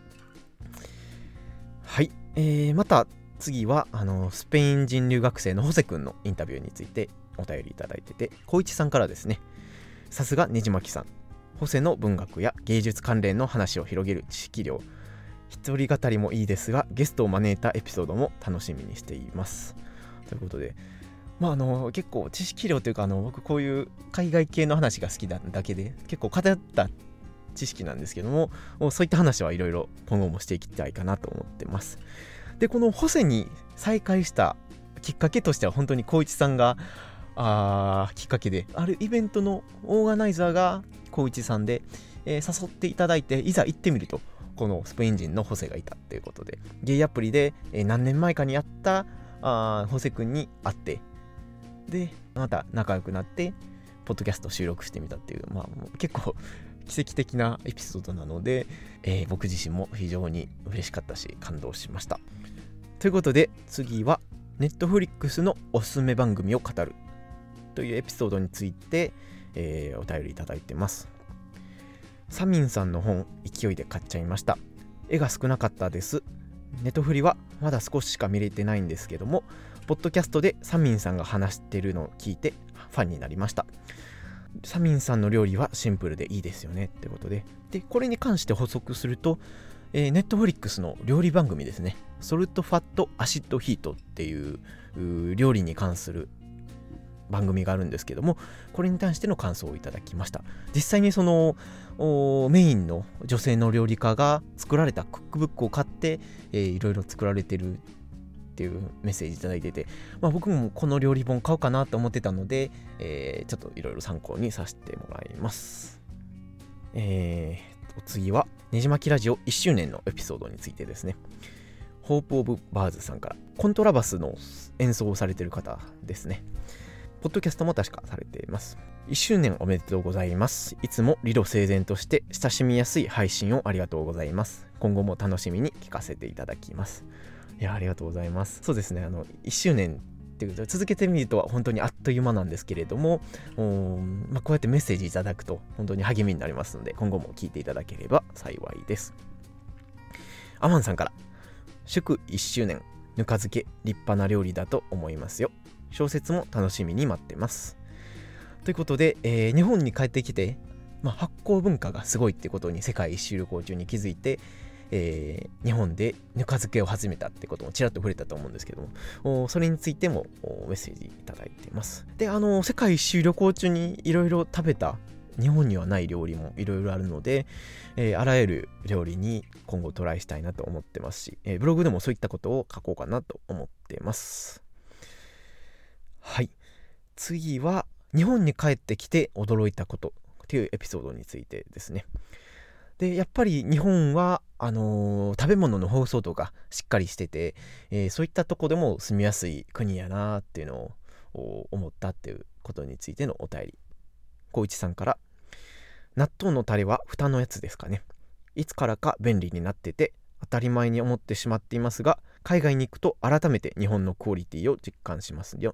はい、えー、また次はあのスペイン人留学生のホセ君のインタビューについてお便りいただいてて、小一さんからですね。さすがネジ巻きさん、ホセの文学や芸術関連の話を広げる知識量、一人語りもいいですがゲストを招いたエピソードも楽しみにしていますということで、まああの結構知識量というか、あの僕こういう海外系の話が好きなだけで結構偏った知識なんですけども、そういった話はいろいろ今後もしていきたいかなと思ってます。で、このホセに再会したきっかけとしては本当に光一さんがあきっかけで、あるイベントのオーガナイザーが光一さんで、えー、誘っていただいて、いざ行ってみるとこのスペイン人のホセがいたっていうことで、ゲイアプリで、えー、何年前かにやったあホセ君に会って、でまた仲良くなってポッドキャスト収録してみたっていう、まあ結構奇跡的なエピソードなので、えー、僕自身も非常に嬉しかったし感動しました。ということで次はネットフリックスのおすすめ番組を語るというエピソードについて、えー、お便りいただいてます。サミンさんの本勢いで買っちゃいました。絵が少なかったです。ネトフリはまだ少ししか見れてないんですけども、ポッドキャストでサミンさんが話してるのを聞いてファンになりました。サミンさんの料理はシンプルでいいですよねってことで、でこれに関して補足すると、えー、ネットフリックスの料理番組ですね、ソルトファットアシッドヒートっていう料理に関する番組があるんですけども、これに関しての感想をいただきました。実際にそのメインの女性の料理家が作られたクックブックを買って、えー、いろいろ作られてるっていうメッセージいただいてて、まあ、僕もこの料理本買おうかなと思ってたので、えー、ちょっといろいろ参考にさせてもらいます。えー、お次はねじ巻きラジオいっしゅうねんのエピソードについてですね。ホープオブバーズさんから、コントラバスの演奏をされている方ですね。ポッドキャストも確かされています。いっしゅうねんおめでとうございます。いつも理路整然として親しみやすい配信をありがとうございます。今後も楽しみに聞かせていただきます。いや、ありがとうございます。そうですね、あのいっしゅうねんっていうことで続けてみると本当にあっという間なんですけれども、まあ、こうやってメッセージいただくと本当に励みになりますので、今後も聞いていただければ幸いです。アマンさんから、祝いっしゅうねん、ぬか漬け立派な料理だと思いますよ。小説も楽しみに待ってます。ということで、えー、日本に帰ってきて、まあ、発酵文化がすごいってことに世界一周旅行中に気づいて、えー、日本でぬか漬けを始めたってこともちらっと触れたと思うんですけども、それについてもメッセージいただいてます。で、あの世界一周旅行中にいろいろ食べた日本にはない料理もいろいろあるので、えー、あらゆる料理に今後トライしたいなと思ってますし、えー、ブログでもそういったことを書こうかなと思ってます。はい、次は日本に帰ってきて驚いたことというエピソードについてですね。で、やっぱり日本はあのー、食べ物の豊富度がしっかりしてて、えー、そういったとこでも住みやすい国やなっていうのを思ったっていうことについてのお便り。小一さんから、納豆のタレは蓋のやつですかね。いつからか便利になってて当たり前に思ってしまっていますが、海外に行くと改めて日本のクオリティを実感しますよ。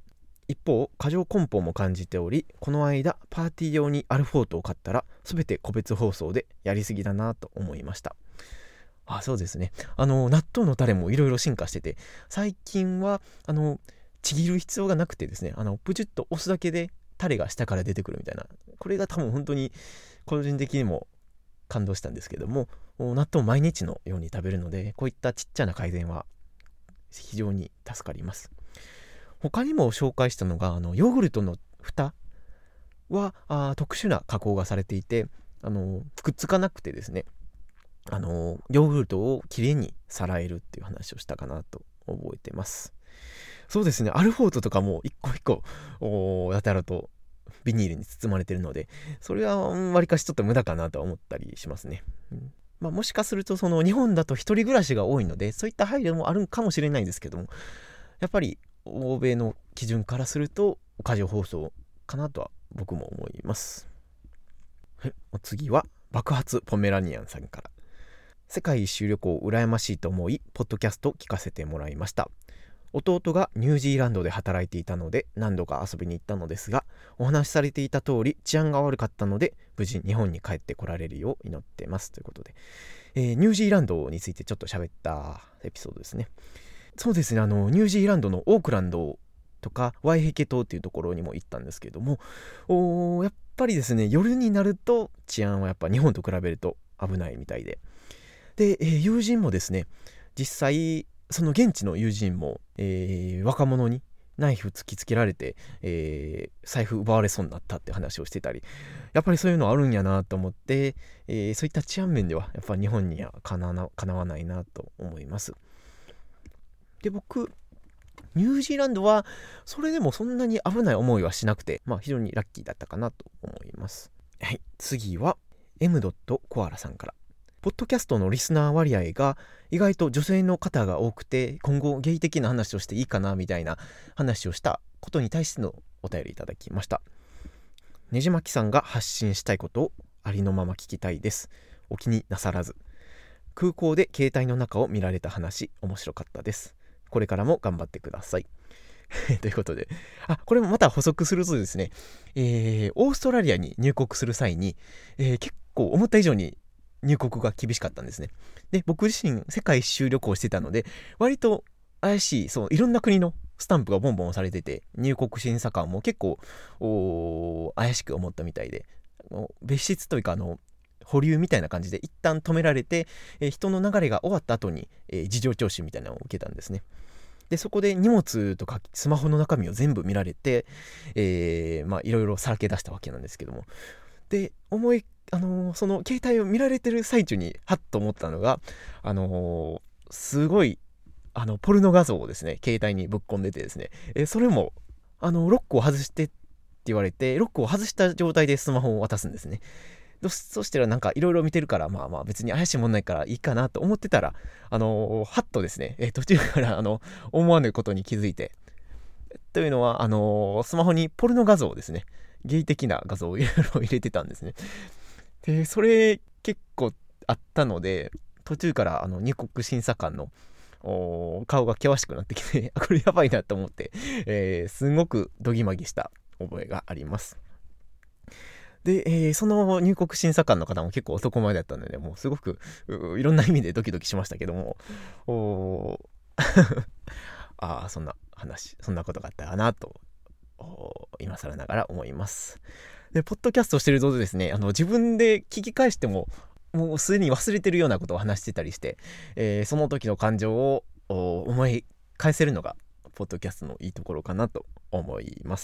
一方過剰梱包も感じており、この間パーティー用にアルフォートを買ったら全て個別包装でやりすぎだなと思いました。あ、そうですね。あの納豆のタレもいろいろ進化してて、最近はあのちぎる必要がなくてですね、あのプチュッと押すだけでタレが下から出てくるみたいな、これが多分本当に個人的にも感動したんですけども、納豆を毎日のように食べるので、こういったちっちゃな改善は非常に助かります。他にも紹介したのが、あのヨーグルトの蓋はあ特殊な加工がされていて、あのくっつかなくてですね、あのヨーグルトをきれいにさらえるっていう話をしたかなと覚えてます。そうですね、アルフォートとかも一個一個やたらとビニールに包まれてるので、それはわりかしちょっと無駄かなとは思ったりしますね。うんまあ、もしかするとその日本だと一人暮らしが多いので、そういった配慮もあるかもしれないんですけども、やっぱり欧米の基準からすると過剰包装かなとは僕も思います。はい、お次は爆発ポメラニアンさんから。世界一周旅行羨ましいと思いポッドキャスト聞かせてもらいました。弟がニュージーランドで働いていたので何度か遊びに行ったのですが、お話しされていた通り治安が悪かったので無事日本に帰ってこられるよう祈ってますということで、えー、ニュージーランドについてちょっと喋ったエピソードですね。そうですね、あのニュージーランドのオークランドとかワイヘケ島っていうところにも行ったんですけれども、おやっぱりですね、夜になると治安はやっぱ日本と比べると危ないみたいで、で、えー、友人もですね、実際その現地の友人も、えー、若者にナイフ突きつけられて、えー、財布奪われそうになったって話をしてたり、やっぱりそういうのあるんやなと思って、えー、そういった治安面ではやっぱり日本にはかなわ、かなわないなと思います。で、僕ニュージーランドはそれでもそんなに危ない思いはしなくて、まあ非常にラッキーだったかなと思います。はい、次は エム コアラさんから。ポッドキャストのリスナー割合が意外と女性の方が多くて、今後ゲイ的な話をしていいかなみたいな話をしたことに対してのお便りいただきました。ねじまきさんが発信したいことをありのまま聞きたいです。お気になさらず。空港で携帯の中を見られた話面白かったです。これからも頑張ってくださいということで、あ、これもまた補足するとですね、えー、オーストラリアに入国する際に、えー、結構思った以上に入国が厳しかったんですね。で、僕自身世界一周旅行してたので、割と怪しい、そういろんな国のスタンプがボンボンされてて、入国審査官も結構怪しく思ったみたいで、別室というかあの保留みたいな感じで一旦止められて、えー、人の流れが終わった後に、えー、事情聴取みたいなのを受けたんですね。で、そこで荷物とかスマホの中身を全部見られて、えー、まあいろいろさらけ出したわけなんですけども、で、思いあのー、その携帯を見られてる最中にハッと思ったのが、あのー、すごいあのポルノ画像をですね携帯にぶっ込んでてですね、えー、それもあのロックを外してって言われて、ロックを外した状態でスマホを渡すんですね。そしたらなんかいろいろ見てるから、まあまあ別に怪しいもんないからいいかなと思ってたら、あのー、ハッとですね、えー、途中からあの思わぬことに気づいて、というのはあのー、スマホにポルノ画像をですね、ゲイ的な画像をいろいろ入れてたんですね。で、それ結構あったので、途中からあの入国審査官の顔が険しくなってきてこれやばいなと思って、えー、すごくドギマギした覚えがあります。で、えー、その入国審査官の方も結構男前だったので、もうすごくいろんな意味でドキドキしましたけども、おああ、そんな話、そんなことがあったかなと今更ながら思います。で、ポッドキャストしてるとですね、あの自分で聞き返してももうすでに忘れてるようなことを話してたりして、えー、その時の感情を思い返せるのがポッドキャストのいいところかなと思います。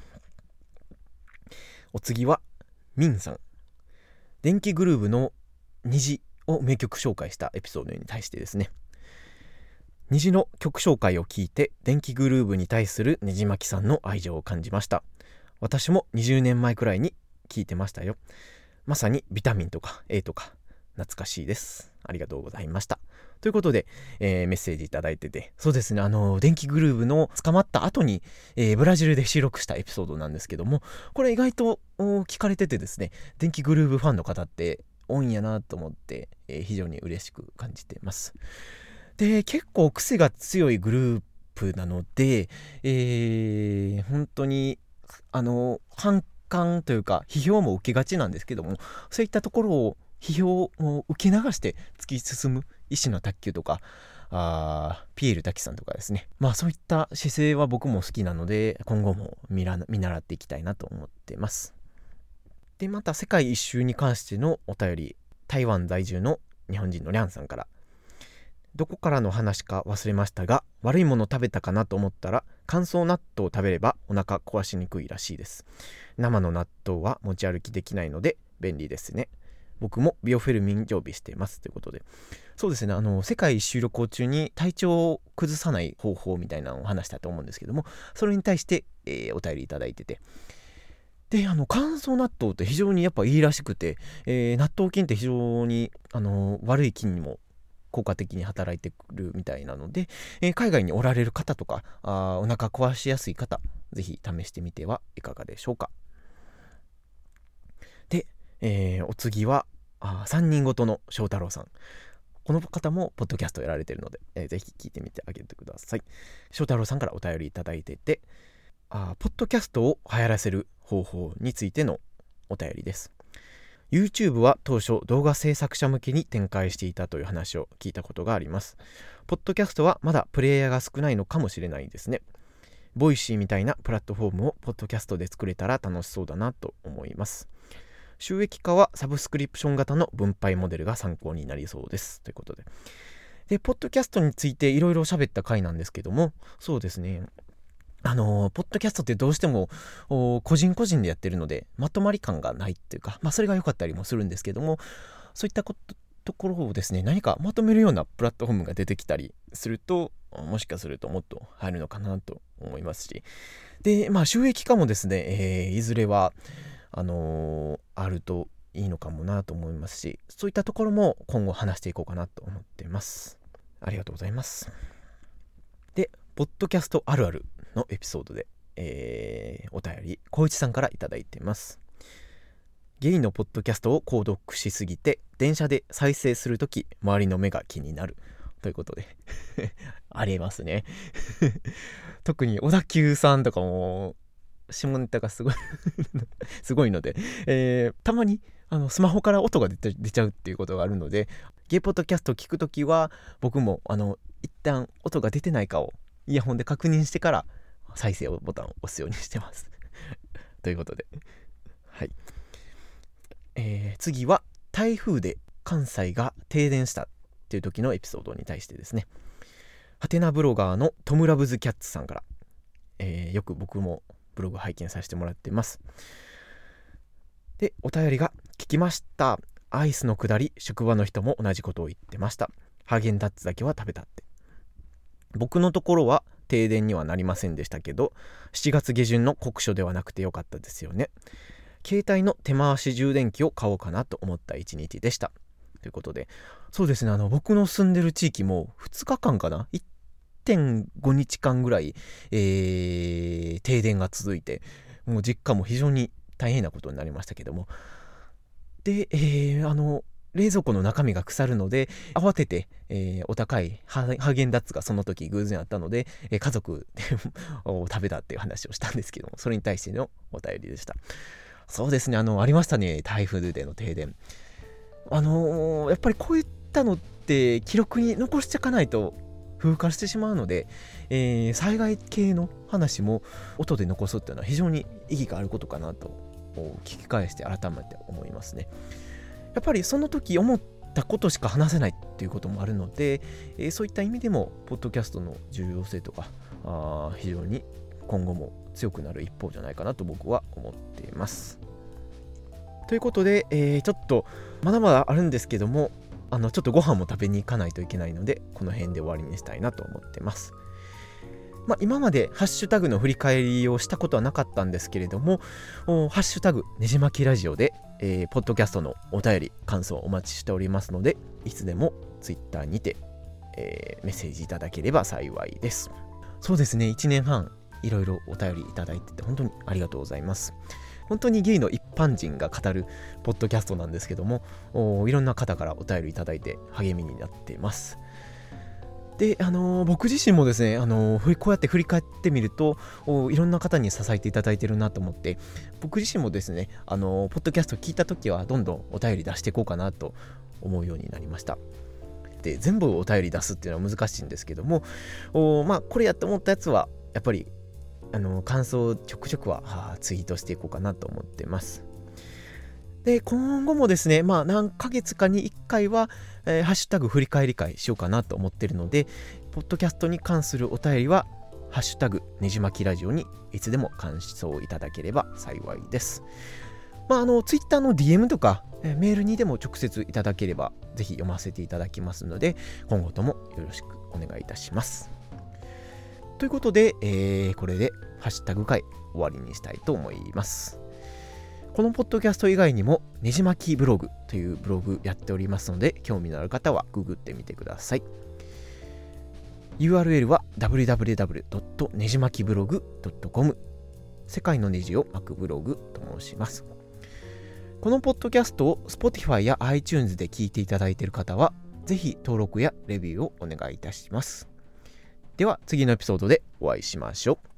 お次はミンさん。電気グルーヴの虹を名曲紹介したエピソードに対してですね、虹の曲紹介を聞いて電気グルーヴに対するねじまきさんの愛情を感じました。私もにじゅうねんまえくらいに聞いてましたよ。まさにビタミンとか A とか懐かしいです。ありがとうございました。ということで、えー、メッセージいただいてて、そうですね、あの電気グルーヴの捕まった後に、えー、ブラジルで収録したエピソードなんですけども、これ意外と聞かれててですね、電気グルーヴファンの方って多いんやなと思って、えー、非常に嬉しく感じています。で、結構癖が強いグループなので、えー、本当にあの反感というか批評も受けがちなんですけども、そういったところを批評を受け流して突き進む医師の卓球とか、あピエール滝さんとかですね、まあそういった姿勢は僕も好きなので、今後も見ら見習っていきたいなと思ってます。でまた世界一周に関してのお便り、台湾在住の日本人のリャンさんから、どこからの話か忘れましたが、悪いもの食べたかなと思ったら乾燥納豆を食べればお腹壊しにくいらしいです。生の納豆は持ち歩きできないので便利ですね。僕もビオフェルミン常備していますということで、そうですね、あの世界一周旅行中に体調を崩さない方法みたいなのを話したと思うんですけども、それに対して、えー、お便りいただいてて、であの乾燥納豆って非常にやっぱいいらしくて、えー、納豆菌って非常にあの悪い菌にも効果的に働いてくるみたいなので、えー、海外におられる方とか、あお腹壊しやすい方、ぜひ試してみてはいかがでしょうか。で、えー、お次はあさんにんごとの翔太郎さん。この方もポッドキャストやられているので、えー、ぜひ聞いてみてあげてください。翔太郎さんからお便りいただいていて、あポッドキャストを流行らせる方法についてのお便りです。YouTube は当初動画制作者向けに展開していたという話を聞いたことがあります。ポッドキャストはまだプレイヤーが少ないのかもしれないですね。ボイシーみたいなプラットフォームをポッドキャストで作れたら楽しそうだなと思います。収益化はサブスクリプション型の分配モデルが参考になりそうですということで、でポッドキャストについていろいろ喋った回なんですけども、そうですね、あのー、ポッドキャストってどうしても個人個人でやってるのでまとまり感がないっていうか、まあそれが良かったりもするんですけども、そういったことところをですね、何かまとめるようなプラットフォームが出てきたりすると、もしかするともっと入るのかなと思いますし、でまあ収益化もですね、えー、いずれはあのー、あるといいのかもなと思いますし、そういったところも今後話していこうかなと思っています。ありがとうございます。でポッドキャストあるあるのエピソードで、えー、お便り小市さんからいただいています。ゲイのポッドキャストを購読しすぎて電車で再生するとき周りの目が気になるということでありますね特に小田急さんとかも下ネタがすごいすごいので、えー、たまにあのスマホから音が出て出ちゃうっていうことがあるので、ゲイポッドキャストを聞くときは僕もあの一旦音が出てないかをイヤホンで確認してから再生ボタンを押すようにしてますということで、はい、えー、次は台風で関西が停電したっていう時のエピソードに対してですね、ハテナブロガーのトムラブズキャッツさんから、えー、よく僕もブログ拝見させてもらってます。でお便りが、聞きました、アイスのくだり職場の人も同じことを言ってました。ハーゲンダッツだけは食べたって。僕のところは停電にはなりませんでしたけど、しちがつ下旬の酷暑ではなくてよかったですよね。携帯の手回し充電器を買おうかなと思った一日でしたということで、そうですね、あの僕の住んでる地域もふつかかんかな、いってんごにちかんぐらい、えー、停電が続いて、もう実家も非常に大変なことになりましたけども、で、えー、あの冷蔵庫の中身が腐るので慌てて、えー、お高いハーゲンダッツがその時偶然あったので、えー、家族で食べたっていう話をしたんですけども、それに対してのお便りでした。そうですね、あのありましたね、台風での停電。あのー、やっぱりこういったのって記録に残しておかないと風化してしまうので、えー、災害系の話も音で残すっていうのは非常に意義があることかなと聞き返して改めて思いますね。やっぱりその時思ったことしか話せないっていうこともあるので、えー、そういった意味でもポッドキャストの重要性とかあ非常に今後も強くなる一方じゃないかなと僕は思っています。ということで、えー、ちょっとまだまだあるんですけども、あのちょっとご飯も食べに行かないといけないので、この辺で終わりにしたいなと思ってます。まあ、今までハッシュタグの振り返りをしたことはなかったんですけれども、ハッシュタグねじまきラジオで、えー、ポッドキャストのお便り感想お待ちしておりますので、いつでもツイッターにて、えー、メッセージいただければ幸いです。そうですね、いちねんはんいろいろお便りいただいてて本当にありがとうございます。本当にゲイの一般人が語るポッドキャストなんですけども、いろんな方からお便りいただいて励みになっています。 で、あのー、僕自身もですね、あのー、こうやって振り返ってみるといろんな方に支えていただいてるなと思って、僕自身もですね、あのー、ポッドキャスト聞いた時はどんどんお便り出していこうかなと思うようになりました。で、全部お便り出すっていうのは難しいんですけども、おまあこれやって思ったやつはやっぱりあのー、感想をちょくちょくは、はあ、ツイートしていこうかなと思ってます。で、今後もですね、まあ何ヶ月かにいっかいは、えー、ハッシュタグ振り返り会しようかなと思ってるので、ポッドキャストに関するお便りは、ハッシュタグねじまきラジオにいつでも感想いただければ幸いです。まああの、ツイッターの ディーエム とか、えー、メールにでも直接いただければ、ぜひ読ませていただきますので、今後ともよろしくお願いいたします。ということで、えー、これでハッシュタグ会終わりにしたいと思います。このポッドキャスト以外にもねじまきブログというブログやっておりますので、興味のある方はググってみてください。 ユーアールエル は ダブリューダブリューダブリュードットねじまきブログドットコム、 世界のネジを巻くブログと申します。このポッドキャストを Spotify や iTunes で聞いていただいている方はぜひ登録やレビューをお願いいたします。では次のエピソードでお会いしましょう。